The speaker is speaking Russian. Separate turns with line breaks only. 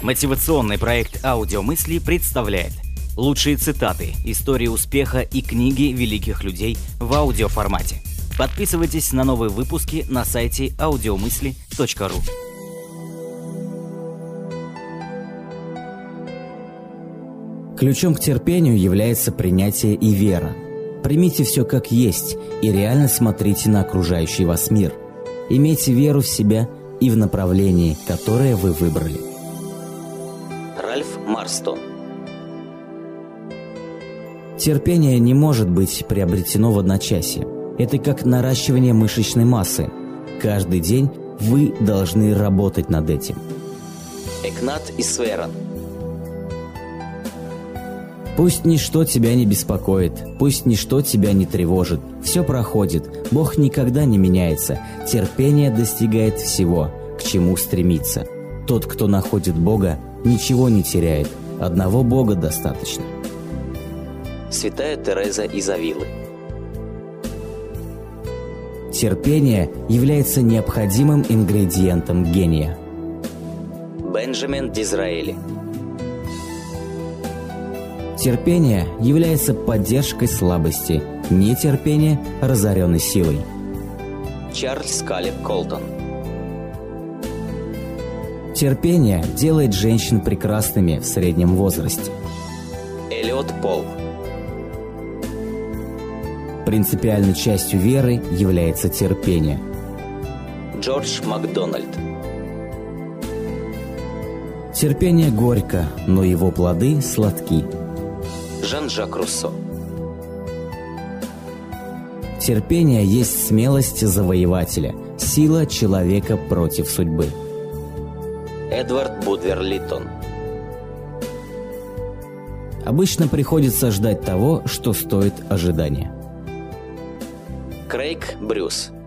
Мотивационный проект «Аудиомысли» представляет лучшие цитаты, истории успеха и книги великих людей в аудиоформате. Подписывайтесь на новые выпуски на сайте audiomysli.ru.
Ключом к терпению является принятие и вера. Примите все как есть и реально смотрите на окружающий вас мир. Имейте веру в себя и в направлении, которое вы выбрали.
Ральф Марстон.
Терпение не может быть приобретено в одночасье. Это как наращивание мышечной массы. Каждый день вы должны работать над этим.
Экнат Исверан.
Пусть ничто тебя не беспокоит, пусть ничто тебя не тревожит. Все проходит, Бог никогда не меняется. Терпение достигает всего, к чему стремится. Тот, кто находит Бога, ничего не теряет. Одного Бога достаточно.
Святая Тереза из Авилы.
Терпение является необходимым ингредиентом гения.
Бенджамин Дизраэли.
Терпение является поддержкой слабости, нетерпение – разоренной силой.
Чарльз Калеб Колтон.
Терпение делает женщин прекрасными в среднем возрасте.
Элиот Пол.
Принципиальной частью веры является терпение.
Джордж Макдональд.
Терпение горько, но его плоды сладки.
Жан-Жак Руссо.
Терпение есть смелость завоевателя, сила человека против судьбы.
Эдвард Будвер-Литтон.
Обычно приходится ждать того, что стоит ожидания.
Крейг Брюс.